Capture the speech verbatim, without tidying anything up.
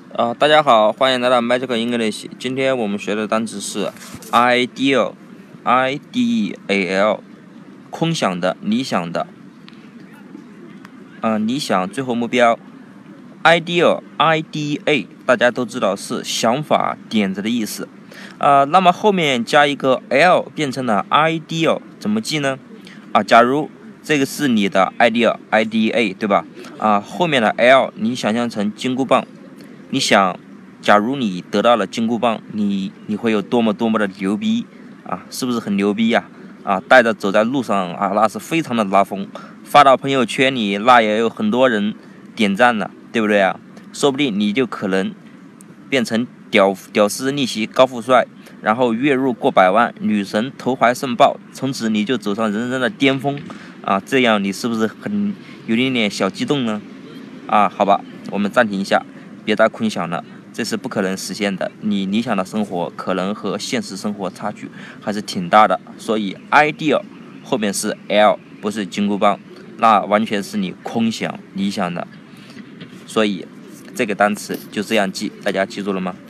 啊、大家好，欢迎来到 Magic English。今天我们学的单词是 ideal，I D E A L， 空想的、理想的。啊、理想最后目标。ideal，I D A， 大家都知道是想法、点子的意思。啊、那么后面加一个 L 变成了 ideal， 怎么记呢？啊，假如这个是你的 idea，I D A， 对吧？啊，后面的 L 你想象成金箍棒。你想，假如你得到了金箍棒，你你会有多么多么的牛逼啊？是不是很牛逼呀？啊，带着走在路上啊，那是非常的拉风，发到朋友圈里，那也有很多人点赞了，对不对啊？说不定你就可能变成屌屌丝逆袭高富帅，然后月入过百万，女神投怀送抱，从此你就走上人生的巅峰啊！这样你是不是很有点点小激动呢？啊，好吧，我们暂停一下。别再空想了，这是不可能实现的。你理想的生活可能和现实生活差距还是挺大的，所以 ideal 后面是 L， 不是金箍棒，那完全是你空想理想的。所以这个单词就这样记，大家记住了吗？